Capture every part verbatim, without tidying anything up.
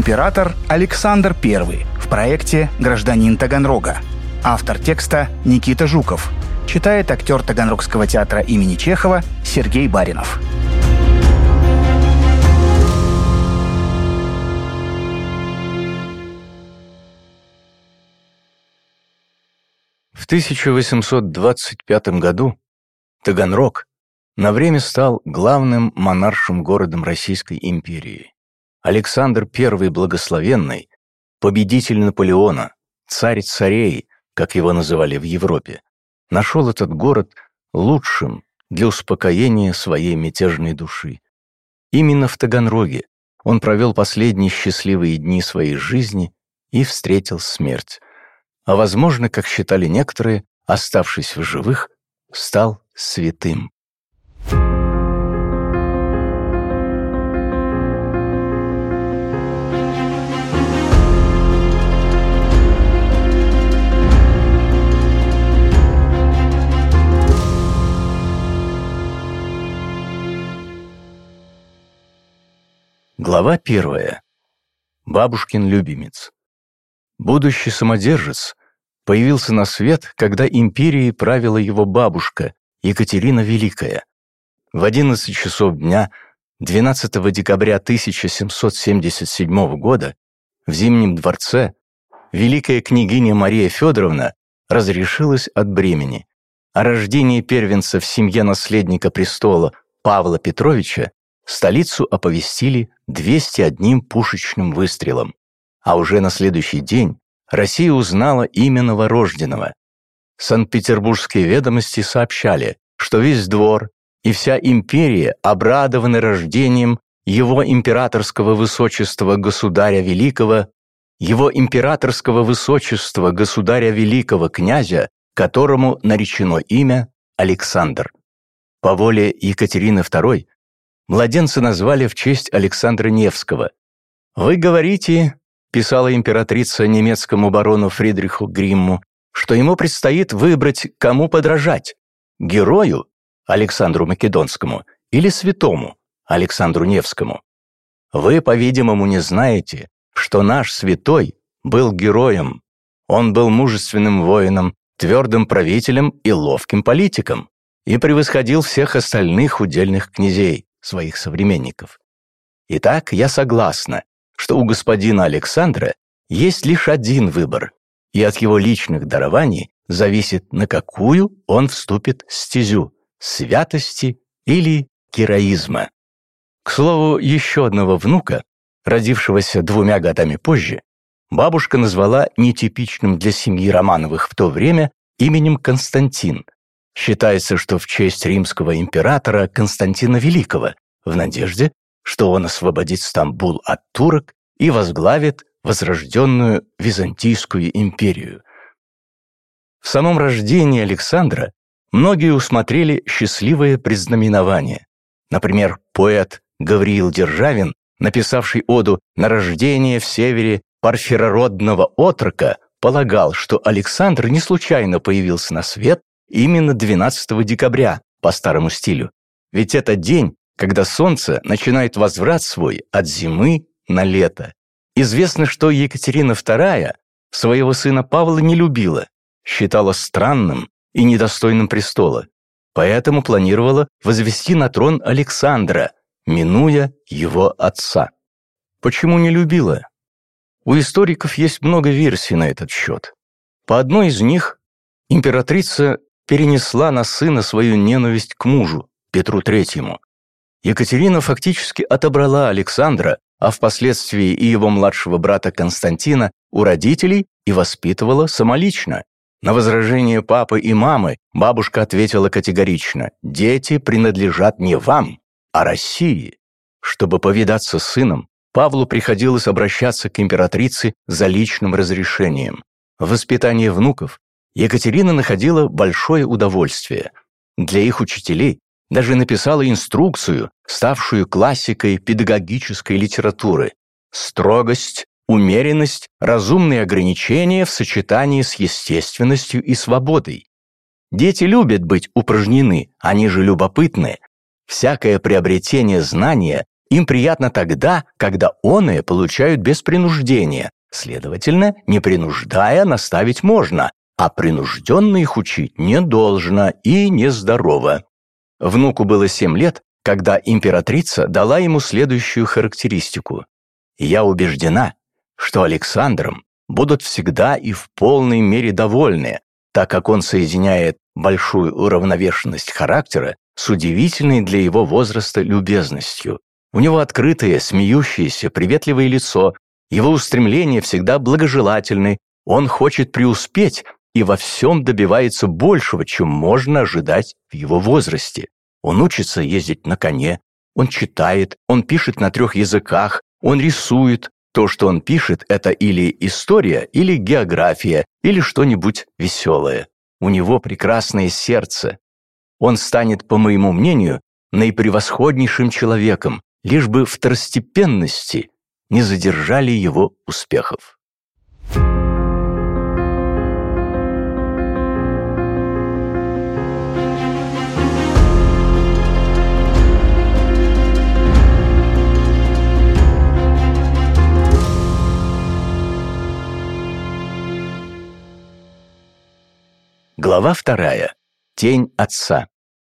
Император Александр Первый в проекте «Гражданин Таганрога». Автор текста Никита Жуков. Читает актер Таганрогского театра имени Чехова Сергей Баринов. В тысяча восемьсот двадцать пятом году Таганрог на время стал главным монаршим городом Российской империи. Александр Первый Благословенный, победитель Наполеона, царь царей, как его называли в Европе, нашел этот город лучшим для успокоения своей мятежной души. Именно в Таганроге он провел последние счастливые дни своей жизни и встретил смерть. А возможно, как считали некоторые, оставшись в живых, стал святым. Глава первая. Бабушкин любимец. Будущий самодержец появился на свет, когда империей правила его бабушка Екатерина Великая. В одиннадцать часов дня двенадцатого декабря тысяча семьсот семьдесят седьмого года в Зимнем дворце великая княгиня Мария Федоровна разрешилась от бремени, а рождение первенца в семье наследника престола Павла Петровича столицу оповестили двумстами одним пушечным выстрелом, а уже на следующий день Россия узнала имя новорожденного. Санкт-Петербургские ведомости сообщали, что весь двор и вся империя обрадованы рождением его императорского высочества государя великого, его императорского высочества государя великого князя, которому наречено имя Александр. По воле Екатерины Второй младенца назвали в честь Александра Невского. «Вы говорите, — писала императрица немецкому барону Фридриху Гримму, — что ему предстоит выбрать, кому подражать — герою Александру Македонскому или святому Александру Невскому. Вы, по-видимому, не знаете, что наш святой был героем. Он был мужественным воином, твердым правителем и ловким политиком, и превосходил всех остальных удельных князей, своих современников. Итак, я согласна, что у господина Александра есть лишь один выбор, и от его личных дарований зависит, на какую он вступит стезю – святости или героизма». К слову, еще одного внука, родившегося двумя годами позже, бабушка назвала нетипичным для семьи Романовых в то время именем Константин. Считается, что в честь римского императора Константина Великого, в надежде, что он освободит Стамбул от турок и возглавит возрожденную Византийскую империю. В самом рождении Александра многие усмотрели счастливое предзнаменование. Например, поэт Гавриил Державин, написавший оду на рождение в севере парфирородного отрока, полагал, что Александр не случайно появился на свет именно двенадцатого декабря по старому стилю. Ведь это день, когда солнце начинает возврат свой от зимы на лето. Известно, что Екатерина Вторая своего сына Павла не любила, считала странным и недостойным престола, поэтому планировала возвести на трон Александра, минуя его отца. Почему не любила? У историков есть много версий на этот счет. По одной из них императрица перенесла на сына свою ненависть к мужу, Петру Третьему. Екатерина фактически отобрала Александра, а впоследствии и его младшего брата Константина у родителей и воспитывала самолично. На возражение папы и мамы бабушка ответила категорично: «Дети принадлежат не вам, а России». Чтобы повидаться с сыном, Павлу приходилось обращаться к императрице за личным разрешением. В воспитании внуков Екатерина находила большое удовольствие. Для их учителей даже написала инструкцию, ставшую классикой педагогической литературы: «Строгость, умеренность, разумные ограничения в сочетании с естественностью и свободой». Дети любят быть упражнены, они же любопытны. Всякое приобретение знания Им приятно тогда, когда оные получают без принуждения. Следовательно, не принуждая, наставить можно, а принужденно их учить не должно и нездорово. Внуку было семь лет, когда императрица дала ему следующую характеристику. «Я убеждена, что Александром будут всегда и в полной мере довольны, так как он соединяет большую уравновешенность характера с удивительной для его возраста любезностью. У него открытое, смеющееся, приветливое лицо, его устремления всегда благожелательны, он хочет преуспеть и во всем добивается большего, чем можно ожидать в его возрасте. Он учится ездить на коне, он читает, он пишет на трех языках, он рисует. То, что он пишет, это или история, или география, или что-нибудь веселое. У него прекрасное сердце. Он станет, по моему мнению, наипревосходнейшим человеком, лишь бы второстепенности не задержали его успехов». Глава вторая. Тень отца.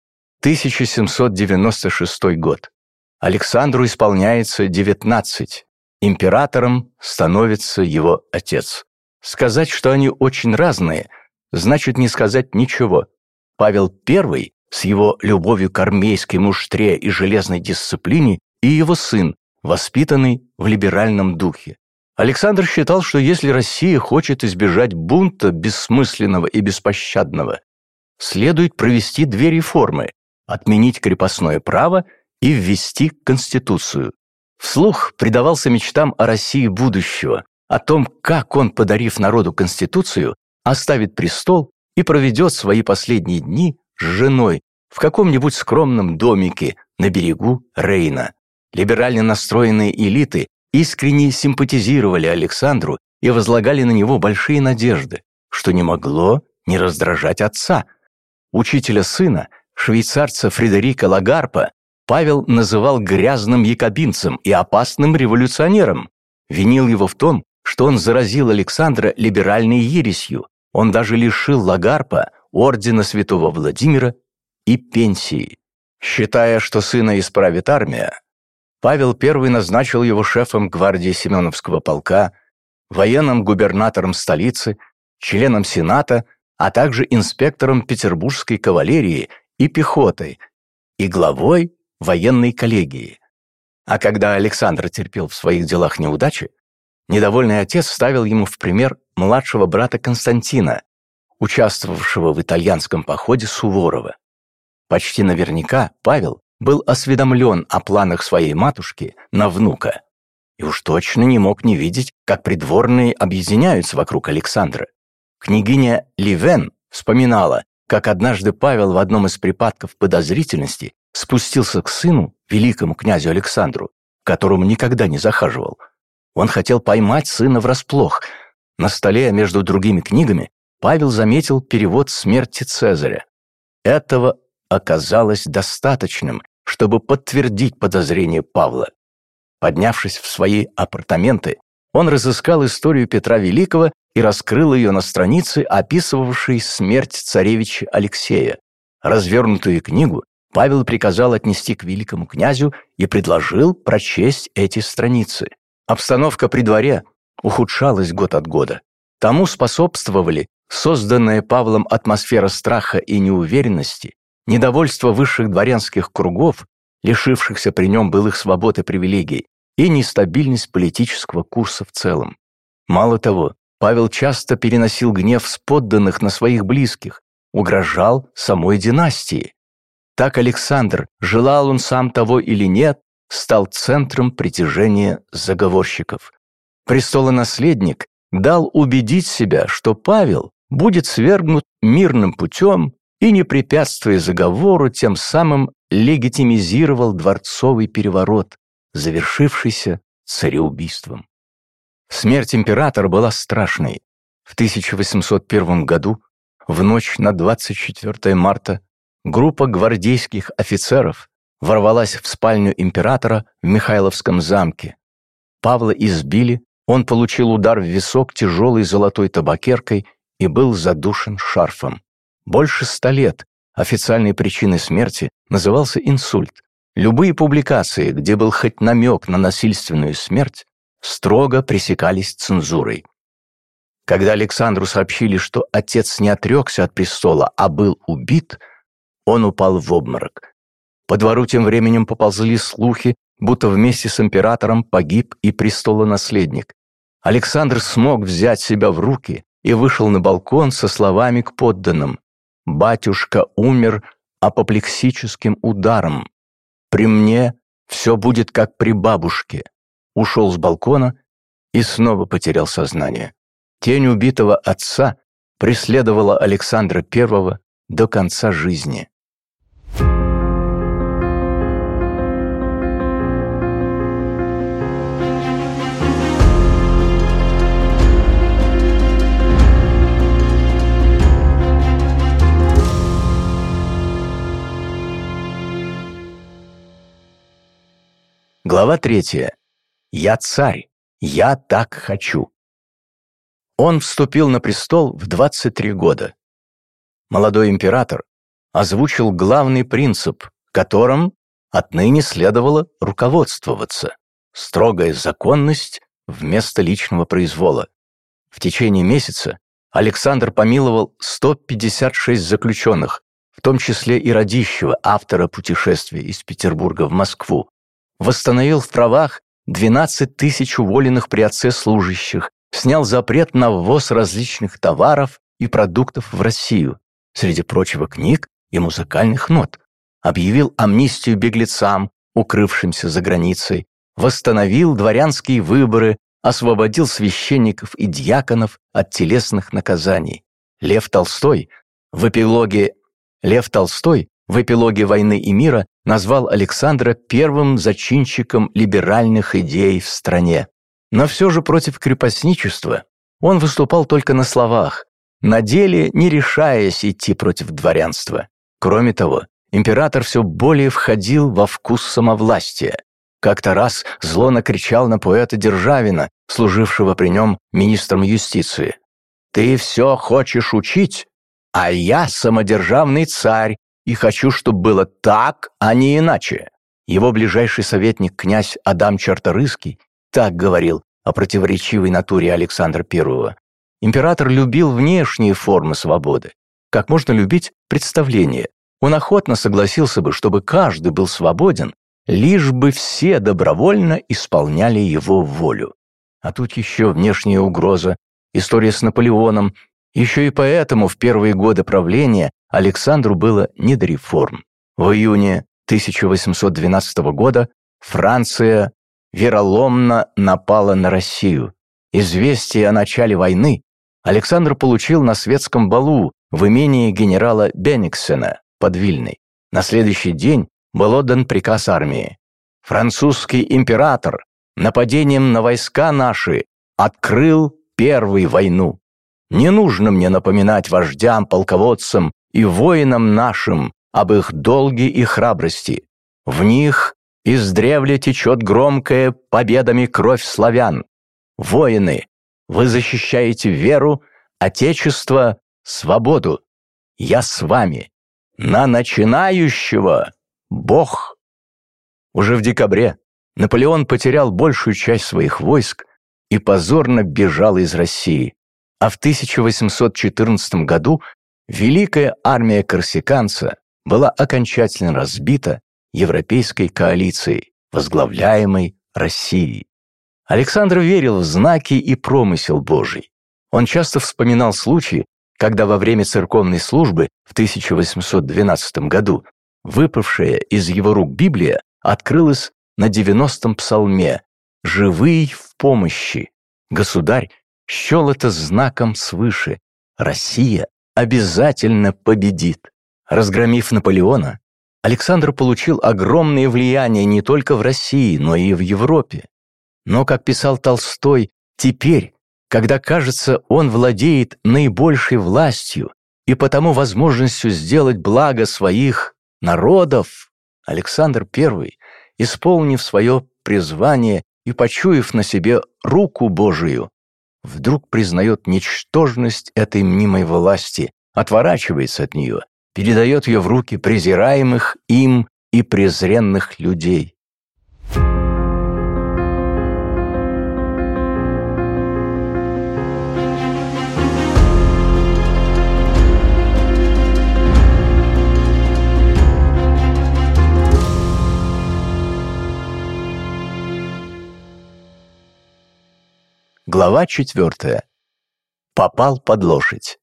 тысяча семьсот девяносто шестой год. Александру исполняется девятнадцать. Императором становится его отец. Сказать, что они очень разные, значит не сказать ничего. Павел Первый с его любовью к армейской муштре и железной дисциплине и его сын, воспитанный в либеральном духе. Александр считал, что если Россия хочет избежать бунта бессмысленного и беспощадного, следует провести две реформы – отменить крепостное право и ввести Конституцию. Вслух предавался мечтам о России будущего, о том, как он, подарив народу Конституцию, оставит престол и проведет свои последние дни с женой в каком-нибудь скромном домике на берегу Рейна. Либерально настроенные элиты искренне симпатизировали Александру и возлагали на него большие надежды, что не могло не раздражать отца. Учителя сына, швейцарца Фредерика Лагарпа, Павел называл грязным якобинцем и опасным революционером, винил его в том, что он заразил Александра либеральной ересью. Он даже лишил Лагарпа ордена святого Владимира и пенсии. Считая, что сына исправит армия, Павел Первый назначил его шефом гвардии Семеновского полка, военным губернатором столицы, членом Сената, а также инспектором петербургской кавалерии и пехоты и главой военной коллегии. А когда Александр терпел в своих делах неудачи, недовольный отец ставил ему в пример младшего брата Константина, участвовавшего в итальянском походе Суворова. Почти наверняка Павел был осведомлен о планах своей матушки на внука и уж точно не мог не видеть, как придворные объединяются вокруг Александра. Княгиня Ливен вспоминала, как однажды Павел в одном из припадков подозрительности спустился к сыну, великому князю Александру, к которому никогда не захаживал. Он хотел поймать сына врасплох. На столе между другими книгами Павел заметил перевод «Смерти Цезаря». Этого оказалось достаточным, чтобы подтвердить подозрение Павла. Поднявшись в свои апартаменты, он разыскал историю Петра Великого и раскрыл ее на странице, описывавшей смерть царевича Алексея. Развернутую книгу Павел приказал отнести к великому князю и предложил прочесть эти страницы. Обстановка при дворе ухудшалась год от года. Тому способствовали созданная Павлом атмосфера страха и неуверенности, недовольство высших дворянских кругов, лишившихся при нем былых свобод и привилегий, и нестабильность политического курса в целом. Мало того, Павел часто переносил гнев с подданных на своих близких, угрожал самой династии. Так Александр, желал он сам того или нет, стал центром притяжения заговорщиков. Престолонаследник дал убедить себя, что Павел будет свергнут мирным путем и, не препятствуя заговору, тем самым легитимизировал дворцовый переворот, завершившийся цареубийством. Смерть императора была страшной. В тысяча восемьсот первом году, в ночь на двадцать четвёртое марта, группа гвардейских офицеров ворвалась в спальню императора в Михайловском замке. Павла избили, он получил удар в висок тяжелой золотой табакеркой и был задушен шарфом. Больше ста лет официальной причиной смерти назывался инсульт. Любые публикации, где был хоть намек на насильственную смерть, строго пресекались цензурой. Когда Александру сообщили, что отец не отрекся от престола, а был убит, он упал в обморок. По двору тем временем поползли слухи, будто вместе с императором погиб и престолонаследник. Александр смог взять себя в руки и вышел на балкон со словами к подданным: «Батюшка умер апоплексическим ударом. При мне все будет как при бабушке». Ушел с балкона и снова потерял сознание. Тень убитого отца преследовала Александра Первого до конца жизни. Глава третья. «Я царь, я так хочу». Он вступил на престол в двадцать три года. Молодой император озвучил главный принцип, которым отныне следовало руководствоваться: строгая законность вместо личного произвола. В течение месяца Александр помиловал сто пятьдесят шесть заключенных, в том числе и Радищева, автора путешествия из Петербурга в Москву. Восстановил в правах двенадцать тысяч уволенных при отце служащих, снял запрет на ввоз различных товаров и продуктов в Россию, среди прочего книг и музыкальных нот, объявил амнистию беглецам, укрывшимся за границей, восстановил дворянские выборы, освободил священников и дьяконов от телесных наказаний. Лев Толстой в эпилоге Лев Толстой в эпилоге «Войны и мира» назвал Александра первым зачинщиком либеральных идей в стране. Но все же против крепостничества он выступал только на словах, на деле не решаясь идти против дворянства. Кроме того, император все более входил во вкус самовластия. Как-то раз зло накричал на поэта Державина, служившего при нем министром юстиции: «Ты все хочешь учить, а я самодержавный царь, и хочу, чтобы было так, а не иначе». Его ближайший советник, князь Адам Чарторийский, так говорил о противоречивой натуре Александра Первого. Император любил внешние формы свободы, как можно любить представление. Он охотно согласился бы, чтобы каждый был свободен, лишь бы все добровольно исполняли его волю. А тут еще внешняя угроза, история с Наполеоном. Еще и поэтому в первые годы правления Александру было не до реформ. В июне тысяча восемьсот двенадцатого года Франция вероломно напала на Россию. Известие о начале войны Александр получил на светском балу в имении генерала Бенниксена под Вильной. На следующий день был отдан приказ армии: «Французский император нападением на войска наши открыл первую войну. Не нужно мне напоминать вождям, полководцам и воинам нашим об их долге и храбрости. В них издревле течет громкая победами кровь славян. Воины, вы защищаете веру, отечество, свободу. Я с вами. На начинающего Бог». Уже в декабре Наполеон потерял большую часть своих войск и позорно бежал из России. А в тысяча восемьсот четырнадцатом году великая армия корсиканца была окончательно разбита европейской коалицией, возглавляемой Россией. Александр верил в знаки и промысел Божий. Он часто вспоминал случаи, когда во время церковной службы в тысяча восемьсот двенадцатом году выпавшая из его рук Библия открылась на девяностом псалме «Живый в помощи». Государь счел это знаком свыше: Россия обязательно победит. Разгромив Наполеона, Александр получил огромное влияние не только в России, но и в Европе. Но, как писал Толстой, теперь, когда, кажется, он владеет наибольшей властью и потому возможностью сделать благо своих народов, Александр Первый, исполнив свое призвание и почуяв на себе руку Божию, вдруг признает ничтожность этой мнимой власти, отворачивается от нее, передает ее в руки презираемых им и презренных людей. Глава четвертая. Попал под лошадь.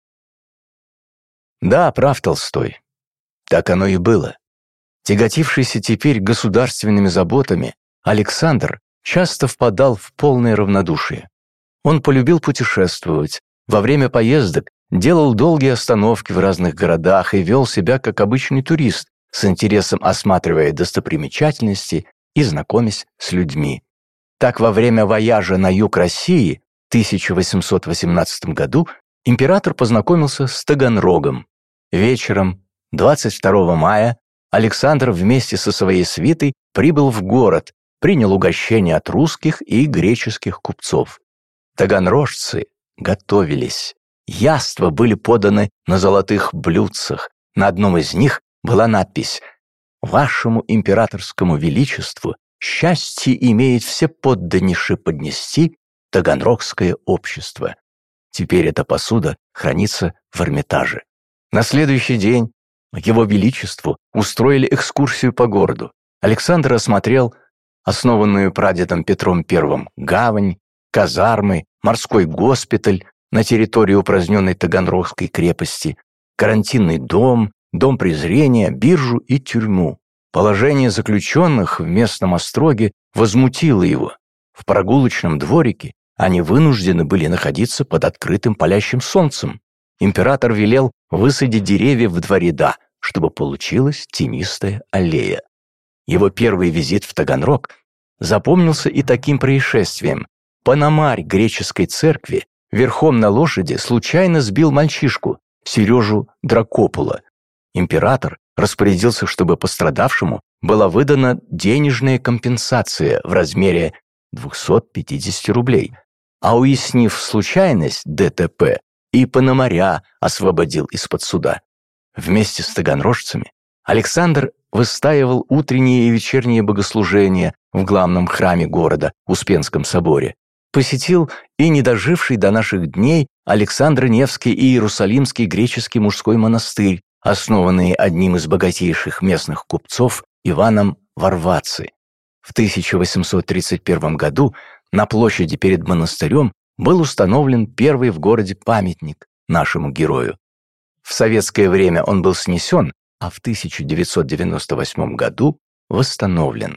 Да, прав Толстой. Так оно и было. Тяготившийся теперь государственными заботами, Александр часто впадал в полное равнодушие. Он полюбил путешествовать, во время поездок делал долгие остановки в разных городах и вел себя как обычный турист, с интересом осматривая достопримечательности и знакомясь с людьми. Так, во время вояжа на юг России в тысяча восемьсот восемнадцатом году император познакомился с Таганрогом. Вечером двадцать второго мая Александр вместе со своей свитой прибыл в город, принял угощение от русских и греческих купцов. Таганрожцы готовились. Яства были поданы на золотых блюдцах. На одном из них была надпись «Вашему императорскому величеству счастье имеет все подданнейше поднести Таганрогское общество». Теперь эта посуда хранится в Эрмитаже. На следующий день его величеству устроили экскурсию по городу. Александр осмотрел основанную прадедом Петром Первым гавань, казармы, морской госпиталь на территории упраздненной Таганрогской крепости, карантинный дом, дом презрения, биржу и тюрьму. Положение заключенных в местном остроге возмутило его. В прогулочном дворике они вынуждены были находиться под открытым палящим солнцем. Император велел высадить деревья в два ряда, чтобы получилась тенистая аллея. Его первый визит в Таганрог запомнился и таким происшествием. Пономарь греческой церкви верхом на лошади случайно сбил мальчишку, Сережу Дракопула. Император распорядился, чтобы пострадавшему была выдана денежная компенсация в размере двухсот пятидесяти рублей, а уяснив случайность ДТП, и Пономаря освободил из-под суда. Вместе с таганрожцами Александр выстаивал утренние и вечерние богослужения в главном храме города, Успенском соборе, посетил и недоживший до наших дней Александр Невский и Иерусалимский греческий мужской монастырь, основанные одним из богатейших местных купцов Иваном Варваци. В тысяча восемьсот тридцать первом году на площади перед монастырем был установлен первый в городе памятник нашему герою. В советское время он был снесен, а в тысяча девятьсот девяносто восьмом году восстановлен.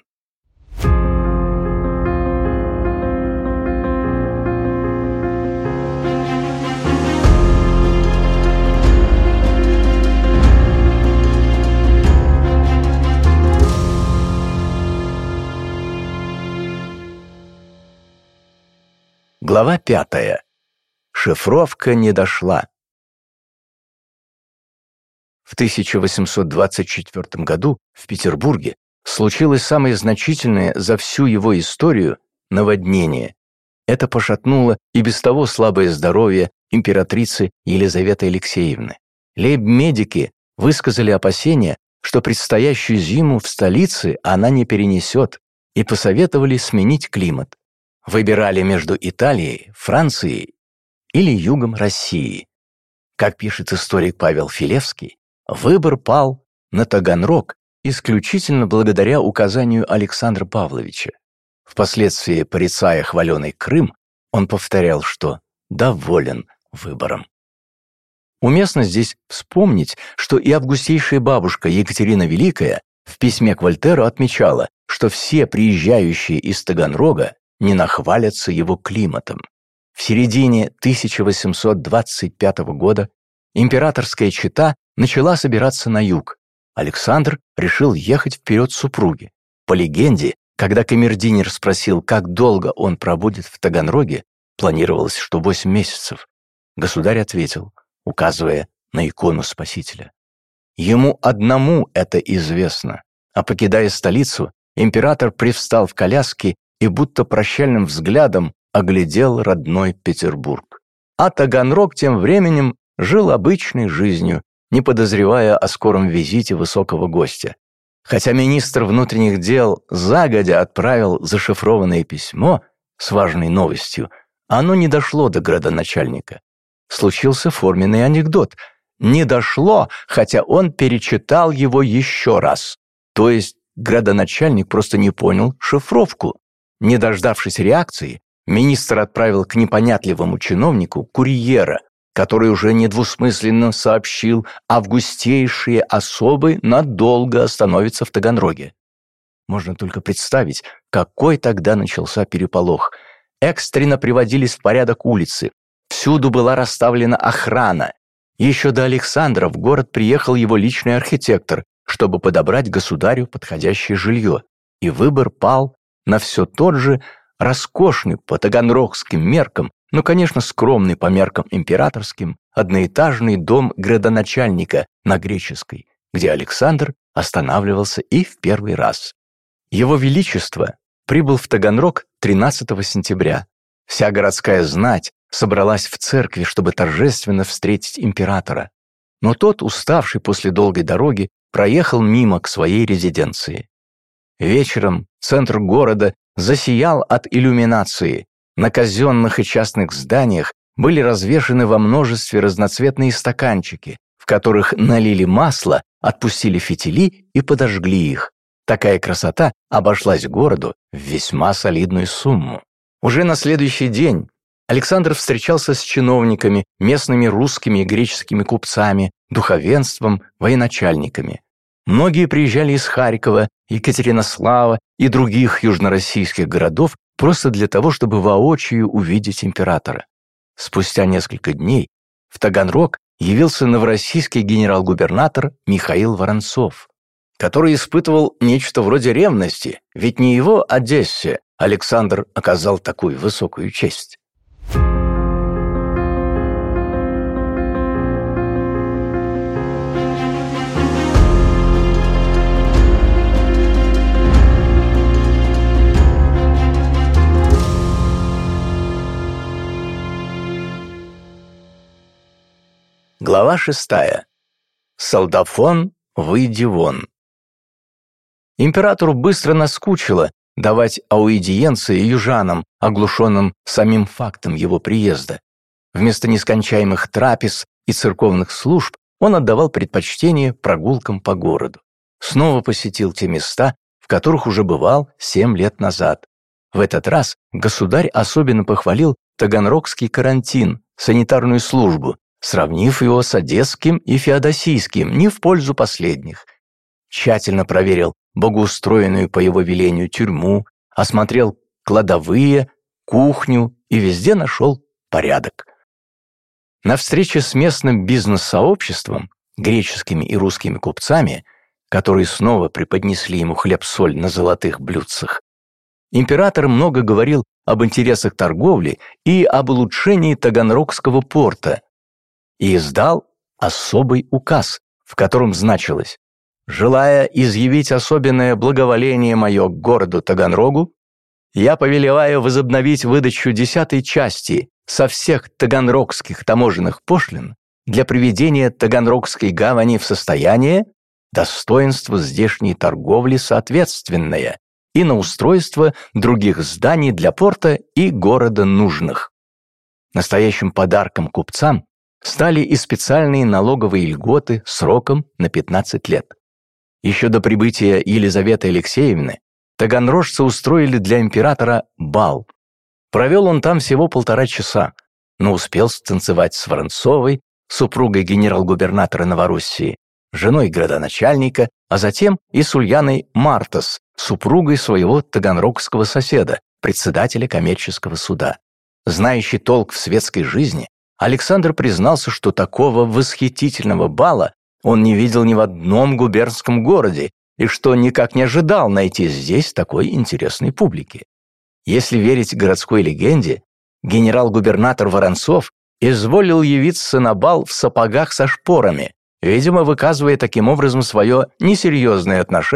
Глава пятая. Шифровка не дошла. В тысяча восемьсот двадцать четвёртом году в Петербурге случилось самое значительное за всю его историю наводнение. Это пошатнуло и без того слабое здоровье императрицы Елизаветы Алексеевны. Лейб-медики высказали опасения, что предстоящую зиму в столице она не перенесет, и посоветовали сменить климат. Выбирали между Италией, Францией или югом России. Как пишет историк Павел Филевский, выбор пал на Таганрог исключительно благодаря указанию Александра Павловича. Впоследствии, порицая хваленый Крым, он повторял, что доволен выбором. Уместно здесь вспомнить, что и августейшая бабушка Екатерина Великая в письме к Вольтеру отмечала, что все приезжающие из Таганрога не нахвалятся его климатом. В середине тысяча восемьсот двадцать пятого года императорская чета начала собираться на юг. Александр решил ехать вперед супруги. По легенде, когда камердинер спросил, как долго он пробудет в Таганроге, планировалось, что восемь месяцев. Государь ответил, указывая на икону Спасителя: «Ему одному это известно, А покидая столицу, император привстал в коляске и будто прощальным взглядом оглядел родной Петербург. А Таганрог тем временем жил обычной жизнью, не подозревая о скором визите высокого гостя. Хотя министр внутренних дел загодя отправил зашифрованное письмо с важной новостью, оно не дошло до градоначальника. Случился форменный анекдот. Не дошло, хотя он перечитал его еще раз. То есть градоначальник просто не понял шифровку. Не дождавшись реакции, министр отправил к непонятливому чиновнику курьера, который уже недвусмысленно сообщил: августейшие особы надолго остановятся в Таганроге. Можно только представить, какой тогда начался переполох. Экстренно приводились в порядок улицы. Всюду была расставлена охрана. Еще до Александра в город приехал его личный архитектор, чтобы подобрать государю подходящее жилье. И выбор пал на все тот же роскошный по таганрогским меркам, но, конечно, скромный по меркам императорским, одноэтажный дом градоначальника на Греческой, где Александр останавливался и в первый раз. Его Величество прибыл в Таганрог тринадцатого сентября. Вся городская знать собралась в церкви, чтобы торжественно встретить императора. Но тот, уставший после долгой дороги, проехал мимо к своей резиденции. Вечером центр города засиял от иллюминации. На казенных и частных зданиях были развешаны во множестве разноцветные стаканчики, в которых налили масло, отпустили фитили и подожгли их. Такая красота обошлась городу в весьма солидную сумму. Уже на следующий день Александр встречался с чиновниками, местными русскими и греческими купцами, духовенством, военачальниками. Многие приезжали из Харькова, Екатеринослава и других южнороссийских городов просто для того, чтобы воочию увидеть императора. Спустя несколько дней в Таганрог явился новороссийский генерал-губернатор Михаил Воронцов, который испытывал нечто вроде ревности, ведь не его Одессе Александр оказал такую высокую честь. Глава шестая. Солдафон, выйди вон. Императору быстро наскучило давать аудиенции южанам, оглушенным самим фактом его приезда. Вместо нескончаемых трапез и церковных служб он отдавал предпочтение прогулкам по городу. Снова посетил те места, в которых уже бывал семь лет назад. В этот раз государь особенно похвалил таганрогский карантин, санитарную службу, сравнив его с одесским и феодосийским, не в пользу последних. Тщательно проверил богоустроенную по его велению тюрьму, осмотрел кладовые, кухню и везде нашел порядок. На встрече с местным бизнес-сообществом, греческими и русскими купцами, которые снова преподнесли ему хлеб-соль на золотых блюдцах, император много говорил об интересах торговли и об улучшении Таганрогского порта и издал особый указ, в котором значилось: «Желая изъявить особенное благоволение мое к городу Таганрогу, я повелеваю возобновить выдачу десятой части со всех таганрогских таможенных пошлин для приведения Таганрогской гавани в состояние, достоинству здешней торговли соответственное и на устройство других зданий для порта и города нужных». Настоящим подарком купцам стали и специальные налоговые льготы сроком на пятнадцать лет. Еще до прибытия Елизаветы Алексеевны таганрожцы устроили для императора бал. Провел он там всего полтора часа, но успел станцевать с Воронцовой, супругой генерал-губернатора Новороссии, женой градоначальника, а затем и с Ульяной Мартас, супругой своего таганрогского соседа, председателя коммерческого суда. Знающий толк в светской жизни, Александр признался, что такого восхитительного бала он не видел ни в одном губернском городе и что никак не ожидал найти здесь такой интересной публики. Если верить городской легенде, генерал-губернатор Воронцов изволил явиться на бал в сапогах со шпорами, видимо, выказывая таким образом свое несерьезное отношение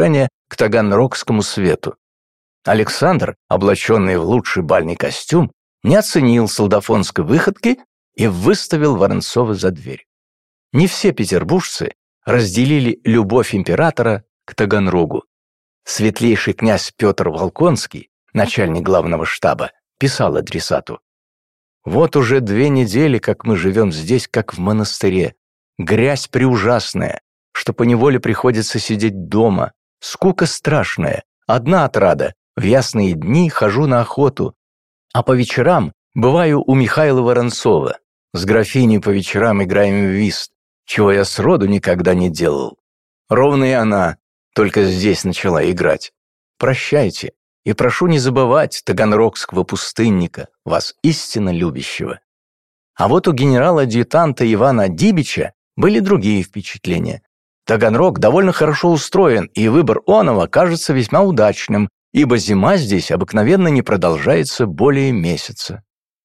к таганрогскому свету. Александр, облаченный в лучший бальный костюм, не оценил солдафонской выходки и выставил Воронцова за дверь. Не все петербуржцы разделили любовь императора к Таганрогу. Светлейший князь Петр Волконский, начальник главного штаба, писал адресату: «Вот уже две недели, как мы живем здесь, как в монастыре. Грязь преужасная, что поневоле приходится сидеть дома. Скука страшная. Одна отрада. В ясные дни хожу на охоту, а по вечерам бываю у Михаила Воронцова. С графиней по вечерам играем в вист, чего я сроду никогда не делал. Ровно и она только здесь начала играть. Прощайте, и прошу не забывать таганрогского пустынника, вас истинно любящего». А вот у генерала-адъютанта Ивана Дибича были другие впечатления. Таганрог довольно хорошо устроен, и выбор оного кажется весьма удачным, ибо зима здесь обыкновенно не продолжается более месяца.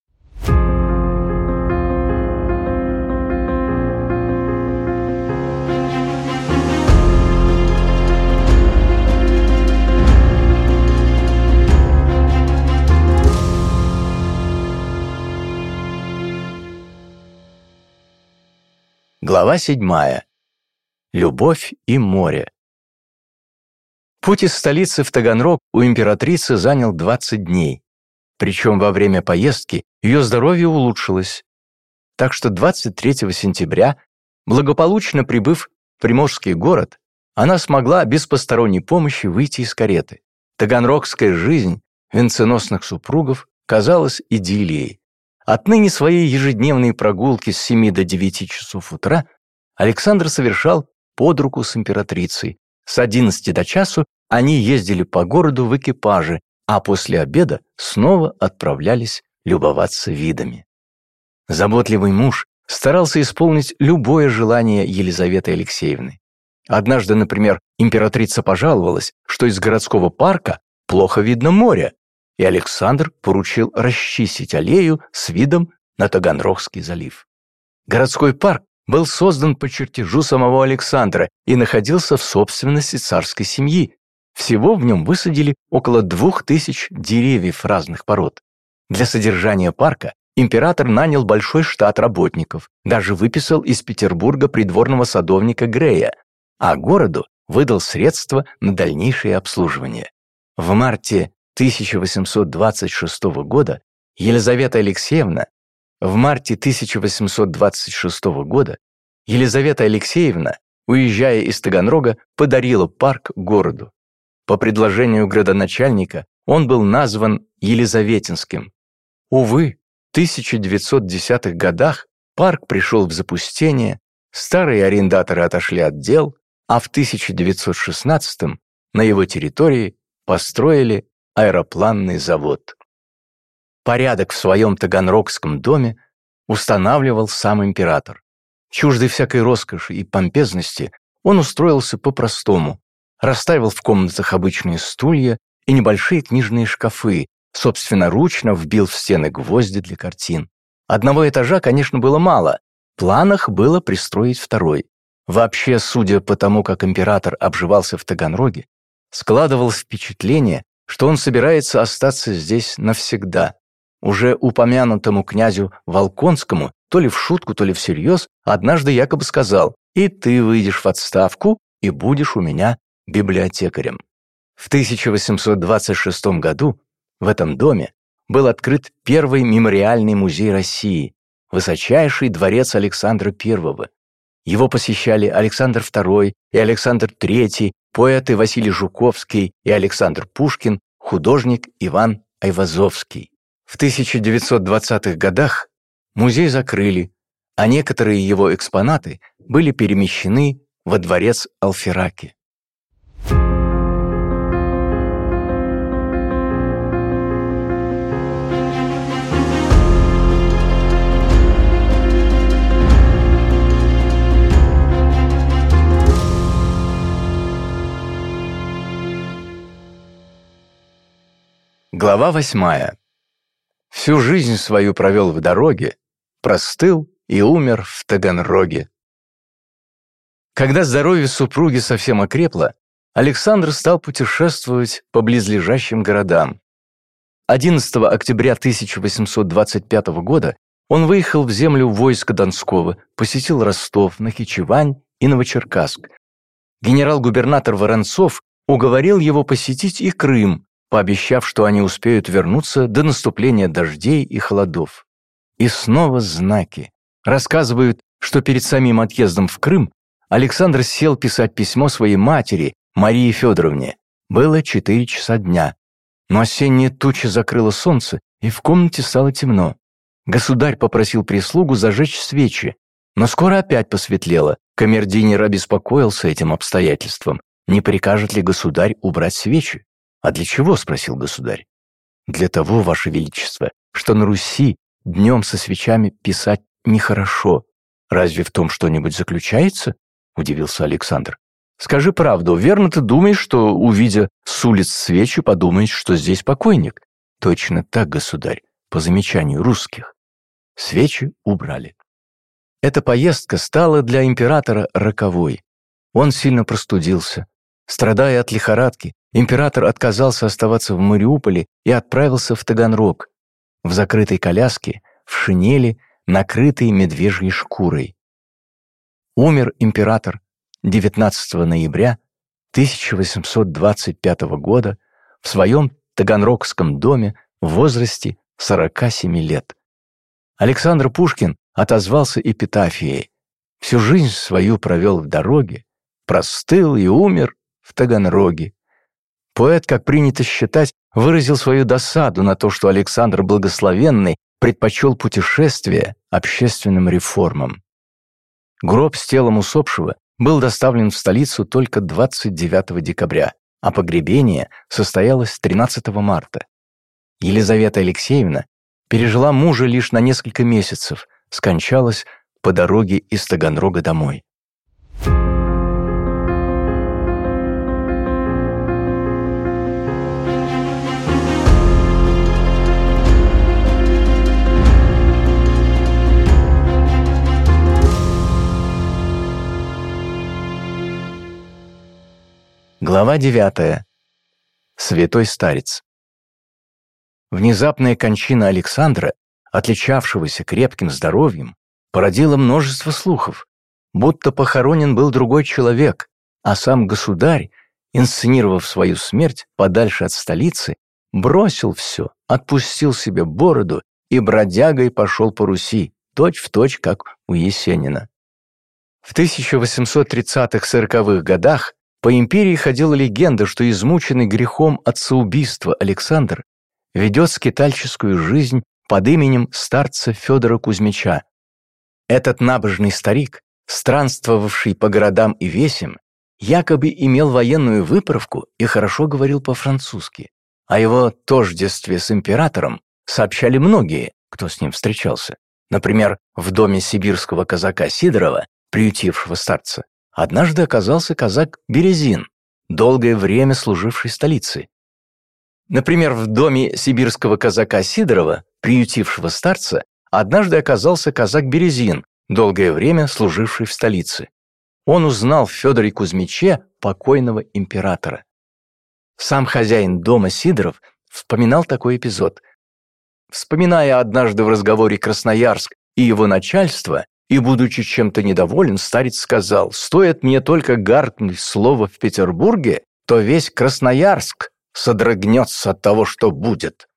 Глава седьмая. Любовь и море. Путь из столицы в Таганрог у императрицы занял двадцать дней. Причем во время поездки ее здоровье улучшилось. Так что двадцать третьего сентября, благополучно прибыв в приморский город, она смогла без посторонней помощи выйти из кареты. Таганрогская жизнь венценосных супругов казалась идиллией. Отныне свои ежедневные прогулки с семи до девяти часов утра Александр совершал под руку с императрицей. С одиннадцати до часу они ездили по городу в экипаже, а после обеда снова отправлялись любоваться видами. Заботливый муж старался исполнить любое желание Елизаветы Алексеевны. Однажды, например, императрица пожаловалась, что из городского парка плохо видно море, и Александр поручил расчистить аллею с видом на Таганрогский залив. Городской парк был создан по чертежу самого Александра и находился в собственности царской семьи. Всего в нем высадили около двух тысяч деревьев разных пород. Для содержания парка император нанял большой штат работников, даже выписал из Петербурга придворного садовника Грея, а городу выдал средства на дальнейшее обслуживание. В марте тысяча восемьсот двадцать шестого года Елизавета Алексеевна в марте тысяча восемьсот двадцать шестого года Елизавета Алексеевна, уезжая из Таганрога, подарила парк городу. По предложению градоначальника он был назван Елизаветинским. Увы, в тысяча девятьсот десятых годах парк пришел в запустение, старые арендаторы отошли от дел, а в тысяча девятьсот шестнадцатом на его территории построили аэропланный завод. Порядок в своем таганрогском доме устанавливал сам император. Чуждый всякой роскоши и помпезности, он устроился по-простому, расставил в комнатах обычные стулья и небольшие книжные шкафы, собственноручно вбил в стены гвозди для картин. Одного этажа, конечно, было мало, в планах было пристроить второй. Вообще, судя по тому, как император обживался в Таганроге, складывалось впечатление, что он собирается остаться здесь навсегда. Уже упомянутому князю Волконскому, то ли в шутку, то ли всерьез, однажды якобы сказал: «И ты выйдешь в отставку и будешь у меня библиотекарем». В тысяча восемьсот двадцать шестом году в этом доме был открыт первый мемориальный музей России, высочайший дворец Александра Первого. Его посещали Александр Второй и Александр Третий, поэты Василий Жуковский и Александр Пушкин, художник Иван Айвазовский. В тысяча девятьсот двадцатых годах музей закрыли, а некоторые его экспонаты были перемещены во дворец Алфераки. Глава восьмая. Всю жизнь свою провел в дороге, простыл и умер в Таганроге. Когда здоровье супруги совсем окрепло, Александр стал путешествовать по близлежащим городам. одиннадцатого октября тысяча восемьсот двадцать пятого года он выехал в землю войска Донского, посетил Ростов, Нахичевань и Новочеркасск. Генерал-губернатор Воронцов уговорил его посетить и Крым, пообещав, что они успеют вернуться до наступления дождей и холодов. И снова знаки. Рассказывают, что перед самим отъездом в Крым Александр сел писать письмо своей матери, Марии Федоровне. Было четыре часа дня. Но осенняя туча закрыла солнце, и в комнате стало темно. Государь попросил прислугу зажечь свечи, но скоро опять посветлело. Камердинер обеспокоился этим обстоятельством. Не прикажет ли государь убрать свечи? «А для чего?» — спросил государь. «Для того, Ваше Величество, что на Руси днем со свечами писать нехорошо. Разве в том что-нибудь заключается?» — удивился Александр. «Скажи правду, верно ты думаешь, что, увидя с улиц свечи, подумаешь, что здесь покойник?» «Точно так, государь, по замечанию русских». Свечи убрали. Эта поездка стала для императора роковой. Он сильно простудился. Страдая от лихорадки, император отказался оставаться в Мариуполе и отправился в Таганрог, в закрытой коляске, в шинели, накрытой медвежьей шкурой. Умер император девятнадцатого ноября тысяча восемьсот двадцать пятого года в своем Таганрогском доме в возрасте сорока семи лет. Александр Пушкин отозвался эпитафией: «Всю жизнь свою провел в дороге, простыл и умер в Таганроге». Поэт, как принято считать, выразил свою досаду на то, что Александр Благословенный предпочел путешествия общественным реформам. Гроб с телом усопшего был доставлен в столицу только двадцать девятого декабря, а погребение состоялось тринадцатого марта. Елизавета Алексеевна пережила мужа лишь на несколько месяцев, скончалась по дороге из Таганрога домой. Глава девятая. Святой старец. Внезапная кончина Александра, отличавшегося крепким здоровьем, породила множество слухов, будто похоронен был другой человек, а сам государь, инсценировав свою смерть подальше от столицы, бросил все, отпустил себе бороду и бродягой пошел по Руси, точь-в-точь, как у Есенина. В тысяча восемьсот тридцатых-сороковых годах по империи ходила легенда, что измученный грехом отцеубийства Александр ведет скитальческую жизнь под именем старца Федора Кузьмича. Этот набожный старик, странствовавший по городам и весям, якобы имел военную выправку и хорошо говорил по-французски. О его тождестве с императором сообщали многие, кто с ним встречался. Например, в доме сибирского казака Сидорова, приютившего старца, однажды оказался казак Березин, долгое время служивший столицей. Например, в доме сибирского казака Сидорова, приютившего старца, однажды оказался казак Березин, долгое время служивший в столице. Он узнал в Федоре Кузьмиче покойного императора. Сам хозяин дома Сидоров вспоминал такой эпизод. Вспоминая однажды в разговоре Красноярск и его начальство, и, будучи чем-то недоволен, старец сказал: «Стоит мне только гаркнуть слово в Петербурге, то весь Красноярск содрогнется от того, что будет».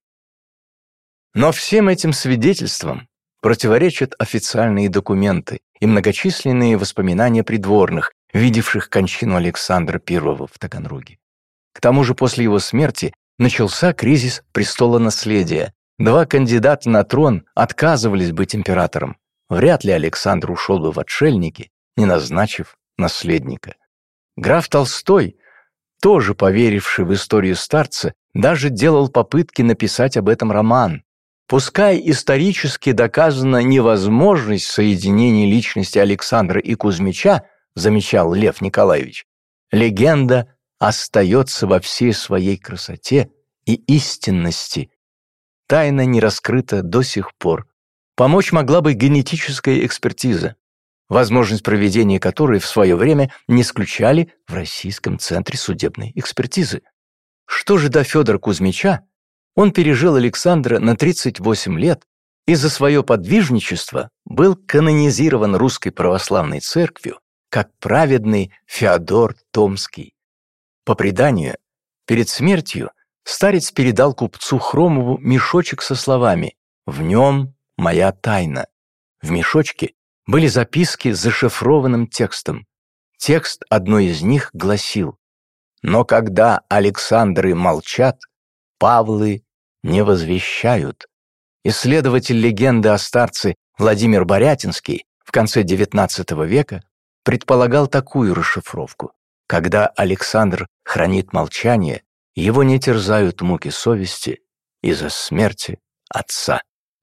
Но всем этим свидетельствам противоречат официальные документы и многочисленные воспоминания придворных, видевших кончину Александра Первого в Таганроге. К тому же после его смерти начался кризис престолонаследия. Два кандидата на трон отказывались быть императором. Вряд ли Александр ушел бы в отшельники, не назначив наследника. Граф Толстой, тоже поверивший в историю старца, даже делал попытки написать об этом роман. Пускай исторически доказана невозможность соединения личности Александра и Кузьмича, замечал Лев Николаевич, легенда остается во всей своей красоте и истинности. Тайна не раскрыта до сих пор. Помочь могла бы генетическая экспертиза. возможность проведения которой в свое время не исключали в Российском центре судебной экспертизы. Что же до Федора Кузьмича, он пережил Александра на тридцать восемь лет и за свое подвижничество был канонизирован Русской Православной Церковью как праведный Феодор Томский. По преданию, перед смертью старец передал купцу Хромову мешочек со словами «В нем моя тайна». В мешочке были записки с зашифрованным текстом. Текст одной из них гласил: «Но когда Александры молчат, Павлы не возвещают». Исследователь легенды о старце Владимир Борятинский в конце девятнадцатого века предполагал такую расшифровку: когда Александр хранит молчание, его не терзают муки совести из-за смерти отца.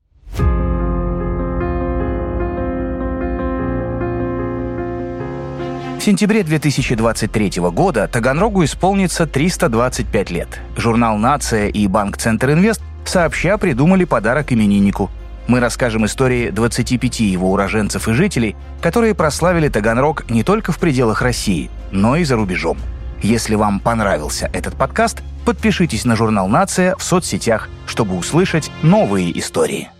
В сентябре две тысячи двадцать третьего года Таганрогу исполнится триста двадцать пять лет. Журнал «Нация» и банк «Центр Инвест» сообща придумали подарок имениннику. Мы расскажем истории двадцати пяти его уроженцев и жителей, которые прославили Таганрог не только в пределах России, но и за рубежом. Если вам понравился этот подкаст, подпишитесь на журнал «Нация» в соцсетях, чтобы услышать новые истории.